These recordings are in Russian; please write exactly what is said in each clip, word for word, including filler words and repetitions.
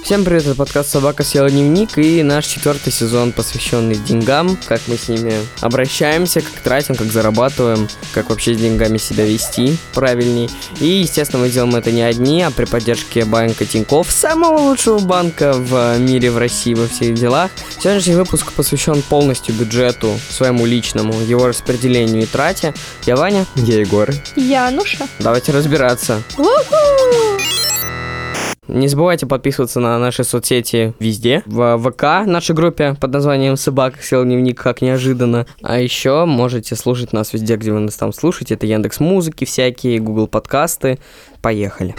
Всем привет, это подкаст «Собака съела дневник» и наш четвертый сезон, посвященный деньгам, как мы с ними обращаемся, как тратим, как зарабатываем, как вообще с деньгами себя вести правильней. И, естественно, мы делаем это не одни, а при поддержке банка Тинькофф, самого лучшего банка в мире, в России, во всех делах. Сегодняшний выпуск посвящен полностью бюджету, своему личному, его распределению и трате. Я Ваня. Я Егор. Я Ануша. Давайте разбираться. У-ху! Не забывайте подписываться на наши соцсети везде. В ВК, нашей группе под названием «Собака съела дневник», как неожиданно. А еще можете слушать нас везде, где вы нас там слушаете. Это Яндекс.Музыки всякие, Google подкасты. Поехали.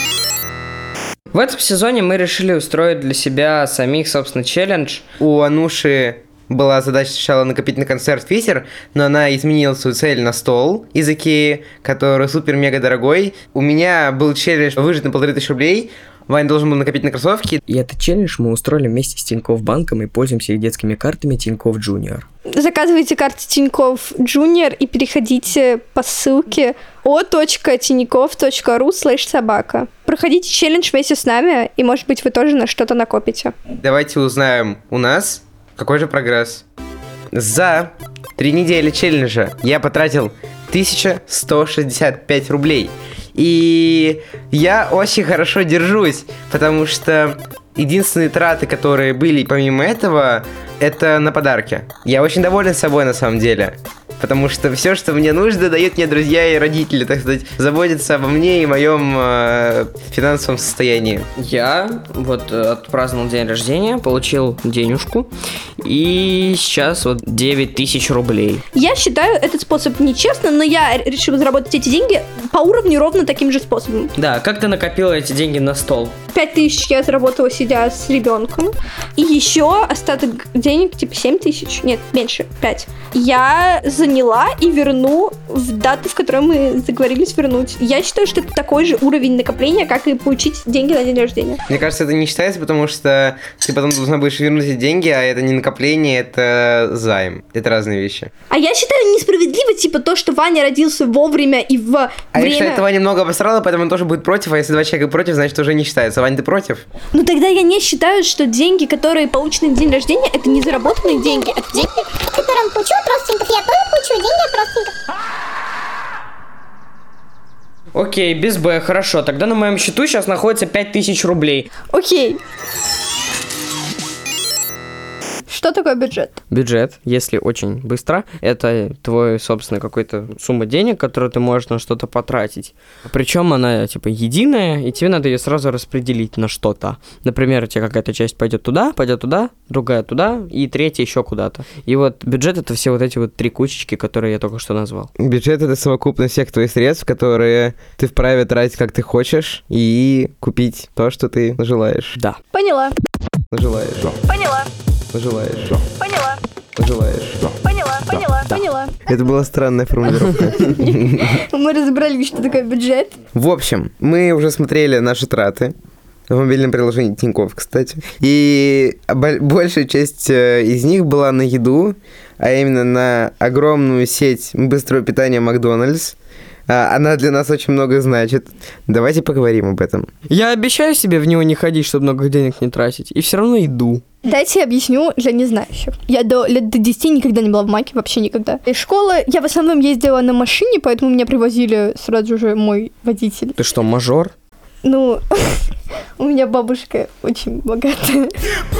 В этом сезоне мы решили устроить для себя самих, собственно, челлендж. У Ануши была задача сначала накопить на концерт Питер, но она изменила свою цель на стол из Икеи, который супер-мега дорогой. У меня был челлендж выжить на полторы тысячи рублей. Ваня должен был накопить на кроссовки. И этот челлендж мы устроили вместе с Тинькофф банком и пользуемся их детскими картами Тинькофф Junior. Заказывайте карты Тинькофф Junior и переходите по ссылке о точка тинькофф точка ру слэш собака. Проходите челлендж вместе с нами, и, может быть, вы тоже на что-то накопите. Давайте узнаем у нас, какой же прогресс. За три недели челленджа я потратил тысяча сто шестьдесят пять рублей. И я очень хорошо держусь, потому что единственные траты, которые были помимо этого, это на подарки. Я очень доволен собой на самом деле. Потому что все, что мне нужно, дают мне друзья и родители, так сказать, заботятся обо мне и моем э, финансовом состоянии. Я вот отпраздновал день рождения, получил денежку, и сейчас вот девять тысяч рублей. Я считаю этот способ нечестным, но я решила заработать эти деньги по уровню ровно таким же способом. Да, как ты накопила эти деньги на стол? пять тысяч я заработала, сидя с ребенком. И еще остаток денег, типа семь тысяч, нет, меньше, пять. Я заняла и верну в дату, в которой мы договорились вернуть. Я считаю, что это такой же уровень накопления, как и получить деньги на день рождения. Мне кажется, это не считается, потому что ты потом должна будешь вернуть эти деньги, а это не накопление, это займ. Это разные вещи. А я считаю несправедливо, типа, то, что Ваня родился вовремя и в а время... я считаю, это Ваня немного обосрала, поэтому он тоже будет против, а если два человека против, значит, уже не считается. Ваня, ты против? Ну тогда я не считаю, что деньги, которые получены на день рождения, это не заработанные деньги, это деньги, которые он получил от родственников. Я тоже получу деньги от родственников. Окей, без Б, хорошо. Тогда на моем счету сейчас находится пять тысяч рублей. Окей. Что такое бюджет? Бюджет, если очень быстро, это твой, собственно, какой-то сумма денег, которую ты можешь на что-то потратить. Причем она, типа, единая, и тебе надо ее сразу распределить на что-то. Например, у тебя какая-то часть пойдет туда, пойдет туда, другая туда, и третья еще куда-то. И вот бюджет — это все вот эти вот три кучечки, которые я только что назвал. Бюджет — это совокупность всех твоих средств, которые ты вправе тратить, как ты хочешь, и купить то, что ты желаешь. Да. Поняла. Желаешь. Поняла. Желаешь. Поняла. Желаешь. Поняла. Поняла. Поняла. Это была странная формулировка. Мы разобрались, что такое бюджет. В общем, мы уже смотрели наши траты в мобильном приложении Тинькофф, кстати. И большая часть из них была на еду, а именно на огромную сеть быстрого питания Макдональдс. Она для нас очень много значит. Давайте поговорим об этом. Я обещаю себе в него не ходить, чтобы много денег не тратить. И все равно иду. Дайте я объясню для незнающих. Я до лет до десяти никогда не была в Маке, вообще никогда. Из школы я в основном ездила на машине, поэтому меня привозили сразу же мой водитель. Ты что, мажор? Ну, у меня бабушка очень богатая.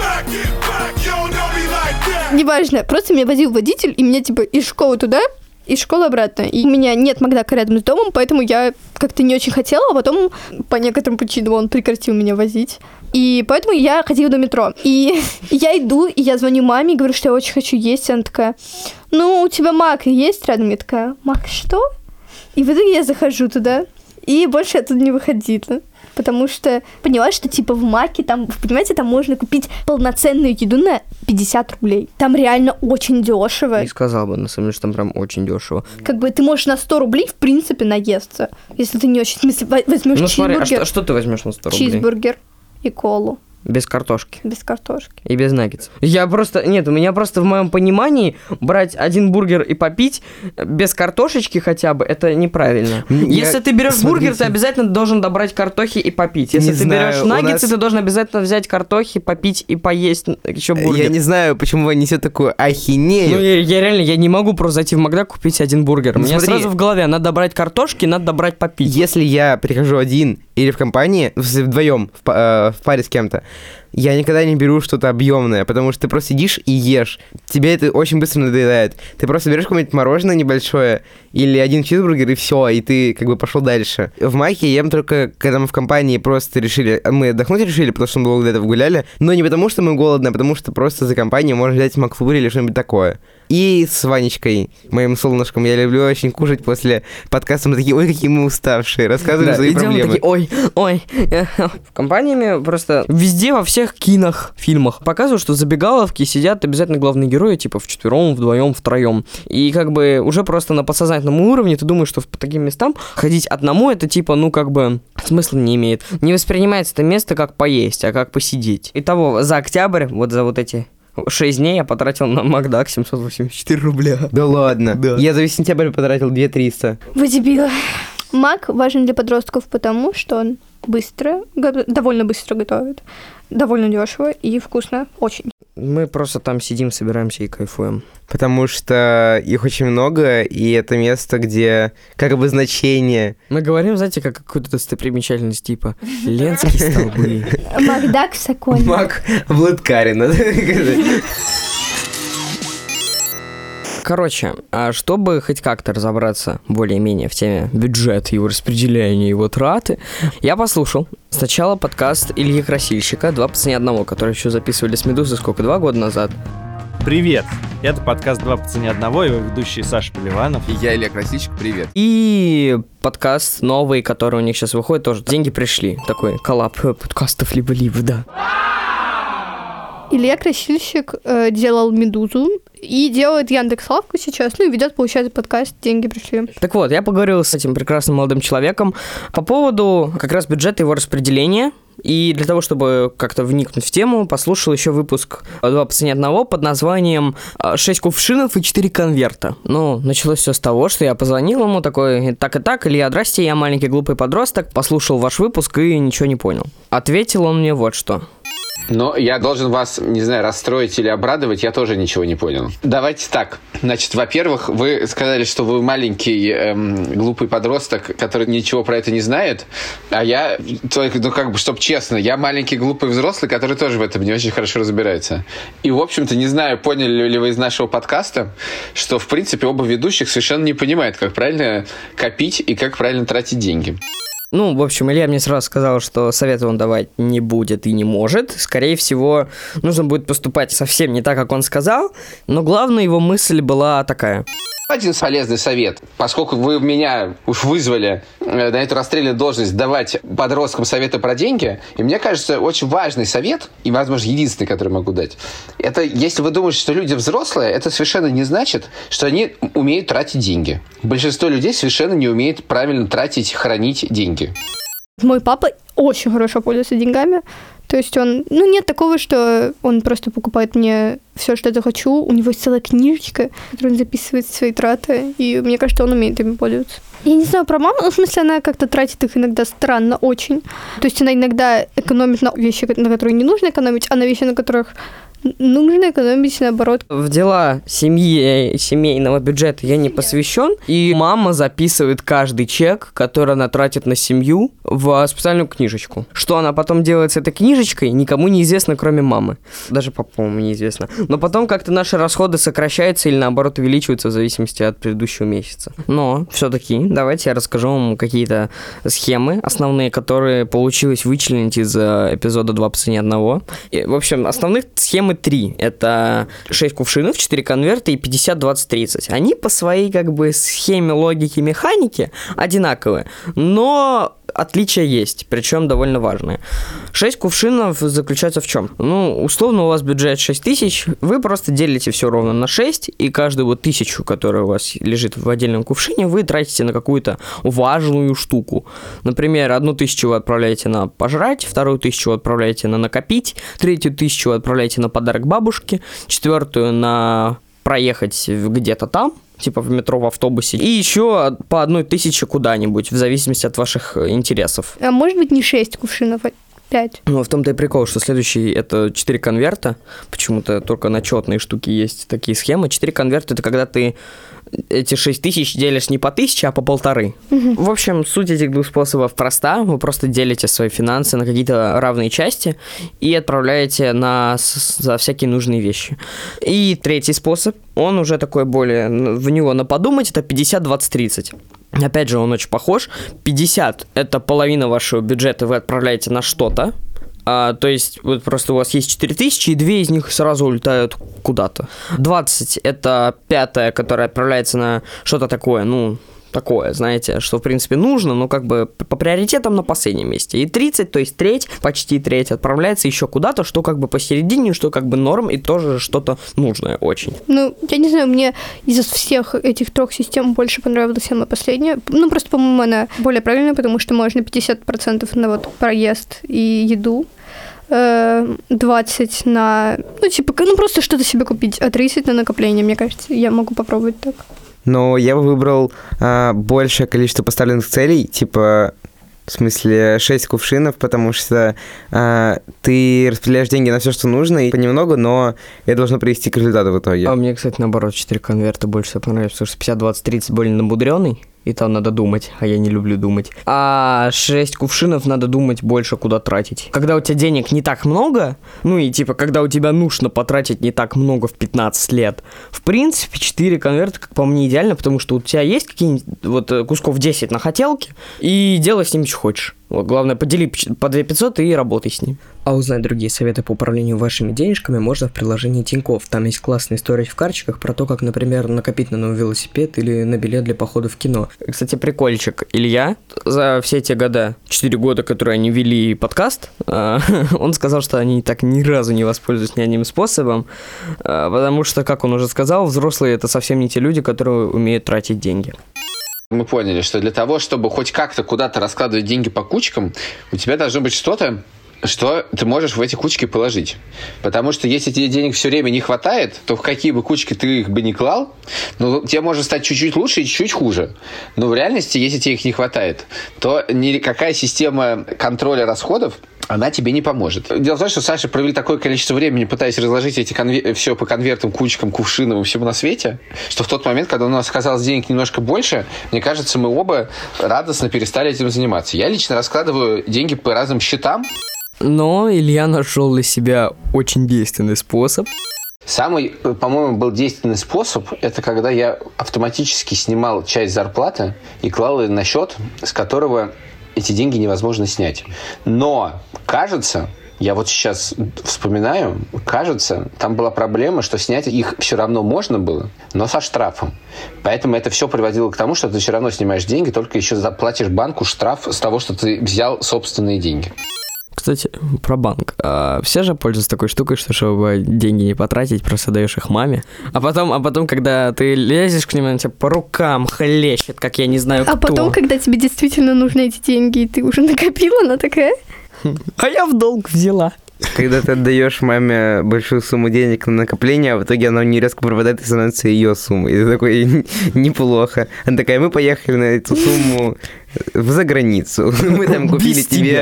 Неважно, просто меня возил водитель, и меня типа из школы туда, из школы обратно. И у меня нет Макдака рядом с домом, поэтому я как-то не очень хотела, а потом по некоторым причинам он прекратил меня возить. И поэтому я ходила до метро. И я иду, и я звоню маме и говорю, что я очень хочу есть. Она такая: ну, у тебя Мак есть рядом? Я такая: Мак, что? И в итоге я захожу туда, и больше я оттуда не выходила. Потому что поняла, что типа в Маке, там, понимаете, там можно купить полноценную еду на пятьдесят рублей. Там реально очень дешево. Не сказал бы, на самом деле, что там прям очень дешево. Как бы ты можешь на сто рублей, в принципе, наесться. Если ты не очень... В смысле, возьмешь ну, чизбургер. Ну смотри, а что, что ты возьмешь на сто рублей? Чизбургер и колу. Без картошки. Без картошки. И без наггетсов. Я просто... Нет, у меня просто в моем понимании брать один бургер и попить без картошечки хотя бы, это неправильно. Я- Если ты берешь бургер, смотрите. ты обязательно должен добрать картохи и попить. Если Не ты знаю, берешь у наггетсы, нас- ты должен обязательно взять картохи, попить и поесть еще бургер. Я не знаю, почему вы несете такую ахинею. Ну, я, я реально, я не могу просто зайти в Макдак, купить один бургер. У Ну, меня смотри. сразу в голове, надо брать картошки, надо брать попить. Если я прихожу один или в компании, в- вдвоем, в, па- э, в паре с кем-то, я никогда не беру что-то объемное, потому что ты просто сидишь и ешь. Тебе это очень быстро надоедает. Ты просто берешь какое-нибудь мороженое небольшое или один чизбургер, и все, и ты как бы пошел дальше. В Маке я ем только, когда мы в компании просто решили, мы отдохнуть решили, потому что мы долго до этого гуляли, но не потому что мы голодны, а потому что просто за компанию можно взять Макфлури или что-нибудь такое. И с Ванечкой, моим солнышком, я люблю очень кушать после подкаста. Мы такие, ой, какие мы уставшие, рассказываем Да, свои идем проблемы. такие, ой, ой. В компаниями просто везде, во всех кинах, фильмах показывают, что в забегаловке сидят обязательно главные герои, типа вчетвером, вдвоем, втроем. И как бы уже просто на подсознательном уровне ты думаешь, что по таким местам ходить одному, это типа, ну как бы смысла не имеет. Не воспринимается это место как поесть, а как посидеть. Итого, за октябрь, вот за вот эти шесть дней я потратил на Макдак семьсот восемьдесят четыре рубля. Да ладно. Да. Я за весь сентябрь потратил две тысячи триста. Вы дебилы. Мак важен для подростков потому, что он быстро, го- довольно быстро готовит, довольно дешево и вкусно, очень. Мы просто там сидим, собираемся и кайфуем. Потому что их очень много, и это место, где как бы значение. Мы говорим, знаете, как какую-то достопримечательность, типа Ленские столбы. Макдак в Сокольнике. Мак в Лыткарино. Короче, а чтобы хоть как-то разобраться более-менее в теме бюджета, его распределения, его траты, я послушал сначала подкаст Ильи Красильщика «Два по цене одного», который еще записывали с Медузы сколько, два года назад. Привет! Это подкаст «Два по цене одного», его ведущий Саша Поливанов. И я, Илья Красильщик, привет. И подкаст новый, который у них сейчас выходит, тоже «Деньги пришли». Такой коллаб подкастов либо-либо, да. Илья Красильщик э, делал «Медузу» и делает Яндекс.Лавку сейчас, ну и ведет, получается, подкаст «Деньги пришли». Так вот, я поговорил с этим прекрасным молодым человеком по поводу как раз бюджета его распределения. И для того, чтобы как-то вникнуть в тему, послушал еще выпуск «Два по цене одного» под названием «Шесть кувшинов и четыре конверта». Ну, началось все с того, что я позвонил ему такой: так и так, Илья, здрасте, я маленький глупый подросток, послушал ваш выпуск и ничего не понял. Ответил он мне вот что. Но я должен вас, не знаю, расстроить или обрадовать, я тоже ничего не понял. Давайте так. Значит, во-первых, вы сказали, что вы маленький эм, глупый подросток, который ничего про это не знает, а я, только, ну как бы, чтоб честно, я маленький глупый взрослый, который тоже в этом не очень хорошо разбирается. И, в общем-то, не знаю, поняли ли вы из нашего подкаста, что, в принципе, оба ведущих совершенно не понимают, как правильно копить и как правильно тратить деньги. Ну, в общем, Илья мне сразу сказал, что советы он давать не будет и не может. Скорее всего, нужно будет поступать совсем не так, как он сказал. Но главная его мысль была такая. Один полезный совет. Поскольку вы меня уж вызвали э, на эту расстрельную должность давать подросткам советы про деньги, и мне кажется, очень важный совет, и, возможно, единственный, который могу дать, это если вы думаете, что люди взрослые, это совершенно не значит, что они умеют тратить деньги. Большинство людей совершенно не умеет правильно тратить, хранить деньги. Мой папа очень хорошо пользуется деньгами. То есть он... Ну, нет такого, что он просто покупает мне все, что я захочу. У него есть целая книжечка, в которой он записывает свои траты. И мне кажется, он умеет ими пользоваться. Я не знаю про маму, но в смысле она как-то тратит их иногда странно очень. То есть она иногда экономит на вещи, на которые не нужно экономить, а на вещи, на которых нужно экономить, наоборот. В дела семьи, семейного бюджета я не посвящен, и мама записывает каждый чек, который она тратит на семью, в специальную книжечку. Что она потом делает с этой книжечкой, никому не известно, кроме мамы. Даже папе, по-моему, неизвестно. Но потом как-то наши расходы сокращаются или, наоборот, увеличиваются в зависимости от предыдущего месяца. Но все-таки давайте я расскажу вам какие-то схемы основные, которые получилось вычленить из эпизода «Два по цене одного». И, в общем, основных схем три. Это шесть кувшинов, четыре конверта и пятьдесят двадцать тридцать. Они по своей как бы схеме, логике, механике одинаковые, но отличия есть, причем довольно важные. шесть кувшинов заключается в чем? Ну, условно, у вас бюджет шесть тысяч, вы просто делите все ровно на шесть, и каждую вот тысячу, которая у вас лежит в отдельном кувшине, вы тратите на какую-то важную штуку. Например, одну тысячу вы отправляете на пожрать, вторую тысячу вы отправляете на накопить, третью тысячу вы отправляете на подарок бабушке, четвертую на проехать где-то там, типа в метро, в автобусе, и еще по одной тысяче куда-нибудь, в зависимости от ваших интересов. А может быть не шесть кувшинов, а пять? Ну, в том-то и прикол, что следующий это четыре конверта, почему-то только на четные штуки есть такие схемы. четыре конверта — это когда ты эти шесть тысяч делишь не по тысяче, а по полторы. Угу. В общем, суть этих двух способов проста. Вы просто делите свои финансы на какие-то равные части и отправляете на, за всякие нужные вещи. И третий способ, он уже такой более, в него на подумать, это пятьдесят двадцать тридцать. Опять же, он очень похож. пятьдесят – это половина вашего бюджета, вы отправляете на что-то. А, то есть, вот просто у вас есть четыре тысячи, и две из них сразу улетают куда-то. двадцать – это пятая, которая отправляется на что-то такое, ну, такое, знаете, что, в принципе, нужно, но как бы по приоритетам на последнем месте. И тридцать, то есть треть, почти треть, отправляется еще куда-то, что как бы посередине, что как бы норм, и тоже что-то нужное очень. Ну, я не знаю, мне из всех этих трех систем больше понравилась самая последняя. Ну, просто, по-моему, она более правильная, потому что можно пятьдесят процентов на вот проезд и еду, двадцать на, ну, типа, ну, просто что-то себе купить, а тридцать на накопление, мне кажется. Я могу попробовать так. Но я бы выбрал а, большее количество поставленных целей, типа, в смысле, шесть кувшинов, потому что а, ты распределяешь деньги на все, что нужно, и понемногу, но это должно привести к результату в итоге. А мне, кстати, наоборот, четыре конверта больше всего понравились, потому что пятьдесят двадцать тридцать более намудрённый, и там надо думать, а я не люблю думать. А шесть кувшинов надо думать больше, куда тратить. Когда у тебя денег не так много, ну и типа, когда у тебя нужно потратить не так много в пятнадцать лет, в принципе, четыре конверта, как по мне, идеально, потому что у тебя есть какие-нибудь вот кусков десять на хотелке, и делай с ними, что хочешь. Вот, главное, подели по две тысячи пятьсот и работай с ним. А узнать другие советы по управлению вашими денежками можно в приложении Тинькофф. Там есть классные истории в карточках про то, как, например, накопить на новый велосипед или на билет для похода в кино. Кстати, прикольчик. Илья за все те года, четыре года, которые они вели подкаст, он сказал, что они так ни разу не воспользуются ни одним способом, потому что, как он уже сказал, взрослые — это совсем не те люди, которые умеют тратить деньги. Мы поняли, что для того, чтобы хоть как-то куда-то раскладывать деньги по кучкам, у тебя должно быть что-то, что ты можешь в эти кучки положить. Потому что если тебе денег все время не хватает, то в какие бы кучки ты их бы ни клал, ну, тебе может стать чуть-чуть лучше и чуть-чуть хуже. Но в реальности, если тебе их не хватает, то никакая система контроля расходов, она тебе не поможет. Дело в том, что Саша провели такое количество времени, пытаясь разложить эти конвер... все по конвертам, кучкам, кувшинам и всему на свете, что в тот момент, когда у нас оказалось денег немножко больше, мне кажется, мы оба радостно перестали этим заниматься. Я лично раскладываю деньги по разным счетам. Но Илья нашел для себя очень действенный способ. Самый, по-моему, был действенный способ, это когда я автоматически снимал часть зарплаты и клал ее на счет, с которого эти деньги невозможно снять. Но, кажется, я вот сейчас вспоминаю, кажется, там была проблема, что снять их все равно можно было, но со штрафом. Поэтому это все приводило к тому, что ты все равно снимаешь деньги, только еще заплатишь банку штраф с того, что ты взял собственные деньги. Кстати, про банк. А, все же пользуются такой штукой, что чтобы деньги не потратить, просто даешь их маме. А потом, а потом, когда ты лезешь к ним, она тебя по рукам хлещет, как я не знаю кто. А потом, когда тебе действительно нужны эти деньги, и ты уже накопила, она такая... А я в долг взяла. Когда ты отдаешь маме большую сумму денег на накопление, а в итоге она не резко пропадает и становится ее суммой. И ты такой, неплохо. Она такая, мы поехали на эту сумму за границу. Мы там купили тебе...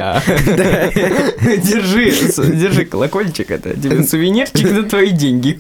Держи, держи колокольчик, это тебе сувенирчик за твои деньги.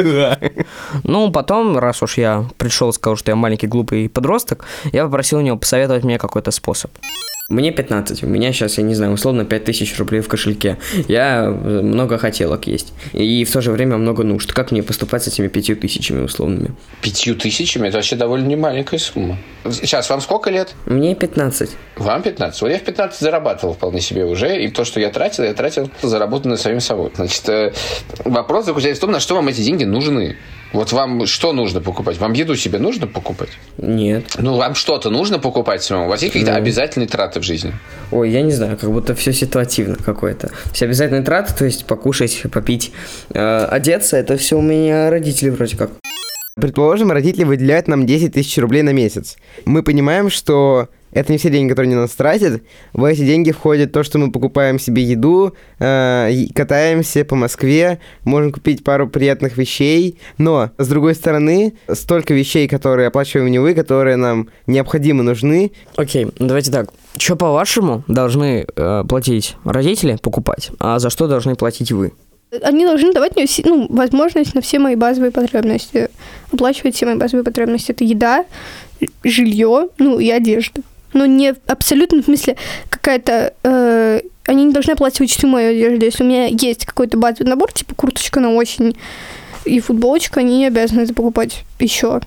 Ну, потом, раз уж я пришел и сказал, что я маленький глупый подросток, я попросил у него посоветовать мне какой-то способ. Мне пятнадцать, у меня сейчас, я не знаю, условно пять тысяч рублей в кошельке. Я много хотелок есть. И в то же время много нужд. Как мне поступать с этими пятью тысячами условными? Пятью тысячами? Это вообще довольно немаленькая сумма. Сейчас, вам сколько лет? Мне пятнадцать. Вам пятнадцать? Вот я в пятнадцать зарабатывал вполне себе уже. И то, что я тратил, я тратил заработанное самим собой. Значит, вопрос заключается в том, на что вам эти деньги нужны. Вот вам что нужно покупать? Вам еду себе нужно покупать? Нет. Ну, вам что-то нужно покупать самому? У вас есть какие-то Да. обязательные траты в жизни? Ой, я не знаю, как будто все ситуативно какое-то. Все обязательные траты, то есть покушать, попить, э, одеться, это все у меня родители вроде как. Предположим, родители выделяют нам десять тысяч рублей на месяц. Мы понимаем, что это не все деньги, которые они нас тратят. В эти деньги входит то, что мы покупаем себе еду, э, и катаемся по Москве, можем купить пару приятных вещей. Но, с другой стороны, столько вещей, которые оплачиваем не вы, которые нам необходимо нужны. Окей, ну давайте так. Что, по-вашему, должны э, платить родители, покупать, а за что должны платить вы? Они должны давать мне все- ну, возможность на все мои базовые потребности. Оплачивать все мои базовые потребности. Это еда, жилье, ну и одежда. Но не абсолютно, в смысле, какая-то... э, они не должны оплачивать всю мою одежду. Если у меня есть какой-то базовый набор, типа курточка на осень и футболочка, они не обязаны это покупать еще.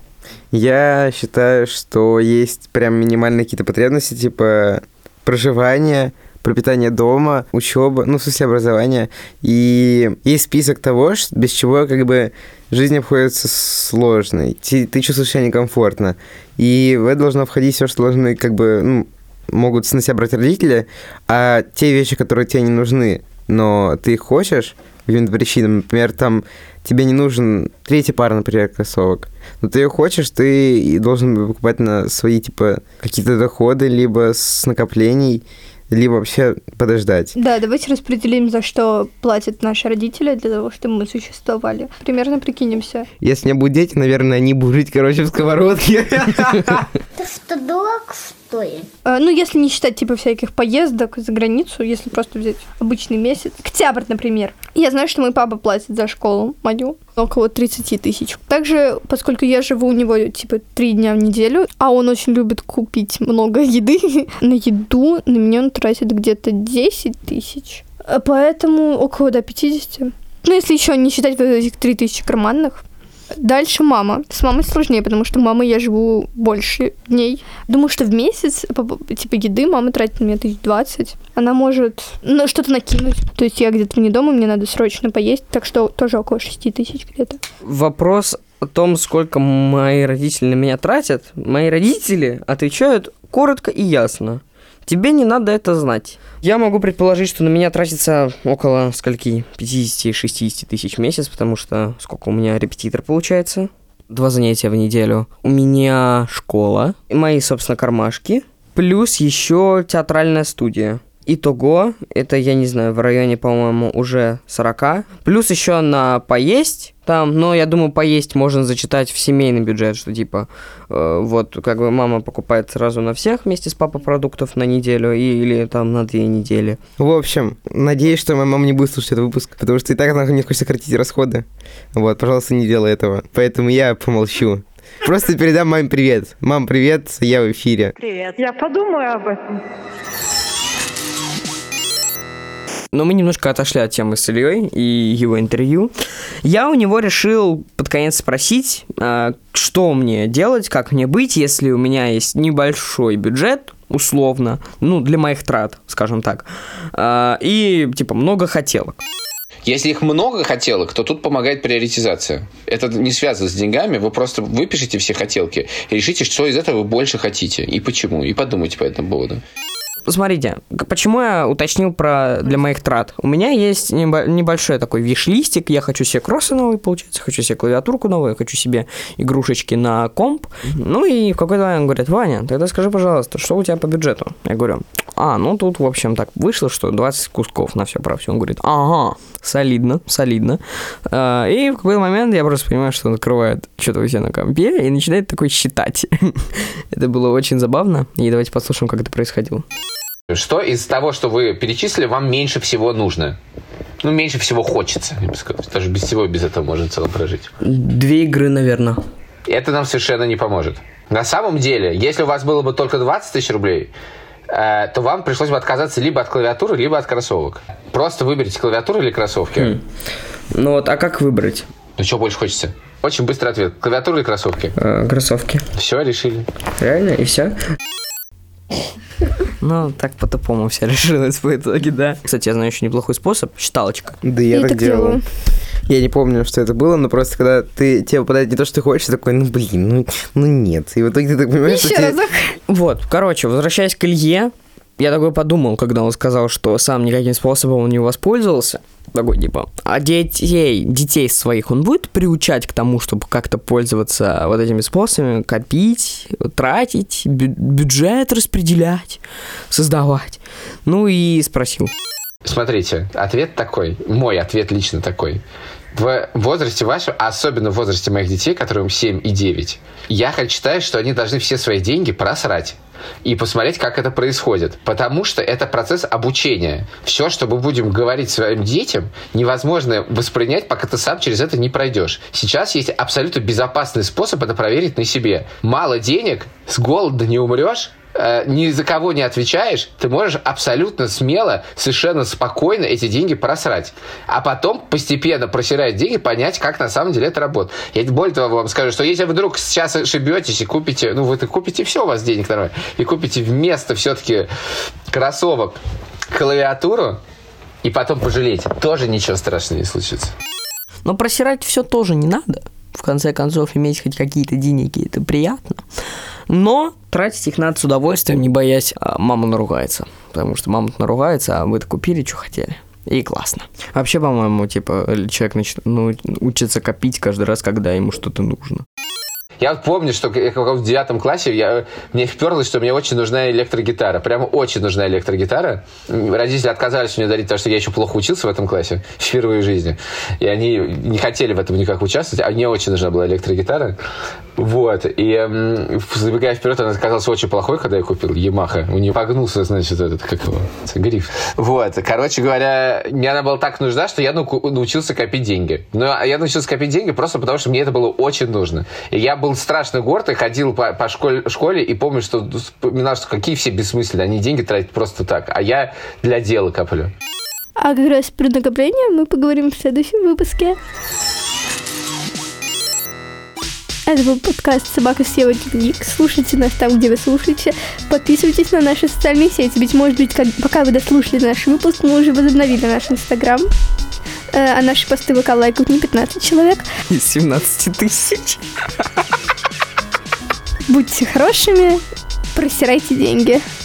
Я считаю, что есть прям минимальные какие-то потребности, типа проживание, пропитание дома, учеба, ну, в смысле образования. И есть список того, ш- без чего как бы жизнь обходится сложной. Ты, ты чувствуешь себя некомфортно. И в это должно входить все, что должны как бы, ну, могут на себя брать родители, а те вещи, которые тебе не нужны, но ты их хочешь, по каким-то причинам, например, там тебе не нужен третий пар, например, кроссовок, но ты ее хочешь, ты и должен покупать на свои, типа, какие-то доходы, либо с накоплений, либо вообще подождать. Да, давайте распределим, за что платят наши родители для того, чтобы мы существовали. Примерно прикинемся. Если у меня будут дети, наверное, они будут жить, короче, в сковородке. Ты что, дурак, что ли? А, ну, если не считать, типа, всяких поездок за границу, если просто взять обычный месяц. Октябрь, например. Я знаю, что мой папа платит за школу мою около тридцать тысяч. Также, поскольку я живу у него, типа, три дня в неделю, а он очень любит купить много еды, на еду на меня он тратит где-то десять тысяч. А Поэтому около, до пятидесяти. Ну, если еще не считать вот этих три тысячи карманных. Дальше мама. С мамой сложнее, потому что мамой я живу больше дней. Думаю, что в месяц, по- по- типа, еды мама тратит на меня тысяч двадцать. Она может, ну, что-то накинуть. То есть я где-то не дома, мне надо срочно поесть, так что тоже около шести тысяч где-то. Вопрос о том, сколько мои родители на меня тратят, мои родители отвечают коротко и ясно. Тебе не надо это знать. Я могу предположить, что на меня тратится около скольки? пятьдесят-шестьдесят тысяч в месяц, потому что сколько у меня репетитор получается? Два занятия в неделю. У меня школа, и мои, собственно, кармашки, плюс еще театральная студия. Итого, это, я не знаю, в районе, по-моему, уже сорока. Плюс еще на поесть там, но я думаю, поесть можно зачитать в семейный бюджет, что типа, э, вот, как бы мама покупает сразу на всех вместе с папой продуктов на неделю и, или там на две недели. В общем, надеюсь, что моя мама не будет слушать этот выпуск, потому что и так она не хочет сократить расходы. Вот, пожалуйста, не делай этого. Поэтому я помолчу. Просто передам маме привет. Мам, привет, я в эфире. Привет. Я подумаю об этом. Но мы немножко отошли от темы с Ильей и его интервью. Я у него решил под конец спросить, а, что мне делать, как мне быть, если у меня есть небольшой бюджет, условно, ну, для моих трат, скажем так, а, и, типа, много хотелок. Если их много хотелок, то тут помогает приоритизация. Это не связано с деньгами, вы просто выпишите все хотелки и решите, что из этого вы больше хотите и почему, и подумайте по этому поводу. Смотрите, почему я уточнил про для моих трат. У меня есть небо- небольшой такой виш-листик. Я хочу себе кроссы новые, получается, хочу себе клавиатурку новую, хочу себе игрушечки на комп. Ну и в какой-то момент он говорит: Ваня, тогда скажи, пожалуйста, что у тебя по бюджету? Я говорю: а, ну тут, в общем, так вышло, что двадцать кусков на все про все. Он говорит: ага, солидно, солидно. А, и в какой-то момент я просто понимаю, что он открывает что-то у себя на компе и начинает такой считать. Это было очень забавно. И давайте послушаем, как это происходило. Что из того, что вы перечислили, вам меньше всего нужно? Ну, меньше всего хочется, я бы сказал. Даже без всего, без этого можно в целом прожить. Две игры, наверное. Это нам совершенно не поможет. На самом деле, если у вас было бы только двадцать тысяч рублей, э, то вам пришлось бы отказаться либо от клавиатуры, либо от кроссовок. Просто выберите клавиатуру или кроссовки. Хм. Ну вот, а как выбрать? Ну, что больше хочется? Очень быстрый ответ. Клавиатура или кроссовки? Э, кроссовки. Все, решили. Реально? И все? Ну, так по-тупому все решилось по итоге, да. Кстати, я знаю еще неплохой способ. Считалочка. Да я, Я так так делал. делаю. Я не помню, что это было, но просто когда ты тебе выпадает не то, что ты хочешь, ты такой, ну блин, ну, ну нет. И в итоге ты так понимаешь, Еще что тебе- разок. Вот, короче, возвращаясь к Илье, я такой подумал, когда он сказал, что сам никаким способом он не воспользовался. Такой, типа, а детей, детей своих он будет приучать к тому, чтобы как-то пользоваться вот этими способами, копить, тратить, бю- бюджет распределять, создавать? Ну и спросил. Смотрите, ответ такой, мой ответ лично такой. В возрасте вашем, а особенно в возрасте моих детей, которым семь и девять, я как считаю, что они должны все свои деньги просрать и посмотреть, как это происходит. Потому что это процесс обучения. Все, что мы будем говорить своим детям, невозможно воспринять, пока ты сам через это не пройдешь. Сейчас есть абсолютно безопасный способ это проверить на себе. Мало денег, с голода не умрешь, ни за кого не отвечаешь, ты можешь абсолютно смело, совершенно спокойно эти деньги просрать. А потом, постепенно просирая деньги, понять, как на самом деле это работает. Я более того вам скажу, что если вдруг сейчас ошибетесь и купите, ну вы-то купите все, у вас денег нормально, и купите вместо все-таки кроссовок клавиатуру, и потом пожалеете, тоже ничего страшного не случится. Но просирать все тоже не надо. В конце концов, иметь хоть какие-то деньги, это приятно. Но тратить их надо с удовольствием, не боясь, а мама наругается. Потому что мама наругается, а вы-то купили, что хотели. И классно. Вообще, по-моему, типа, человек начнет, ну, учится копить каждый раз, когда ему что-то нужно. Я вот помню, что в девятом классе я, мне вперлось, что мне очень нужна электрогитара. Прямо очень нужна электрогитара. Родители отказались мне дарить, потому что я еще плохо учился в этом классе, впервые в жизни. И они не хотели в этом никак участвовать, а мне очень нужна была электрогитара. Вот. И забегая вперед, она оказалась очень плохой, когда я купил Ямаха. У нее погнулся, значит, этот, как его, гриф. Вот. Короче говоря, мне она была так нужна, что я научился копить деньги. Но я научился копить деньги просто потому, что мне это было очень нужно. И я был страшно горд и ходил по, по школе, школе и помню, что вспоминал, что какие все бессмысленные. Они деньги тратят просто так. А я для дела коплю. А как раз про накопление мы поговорим в следующем выпуске. Это был подкаст «Собака съела дневник». Слушайте нас там, где вы слушаете. Подписывайтесь на наши социальные сети. Ведь, может быть, как, пока вы дослушали наш выпуск, мы уже возобновили наш Инстаграм. Э, а наши посты в ВК лайкают не пятнадцать человек. Из семнадцати тысяч. Будьте хорошими, просирайте деньги.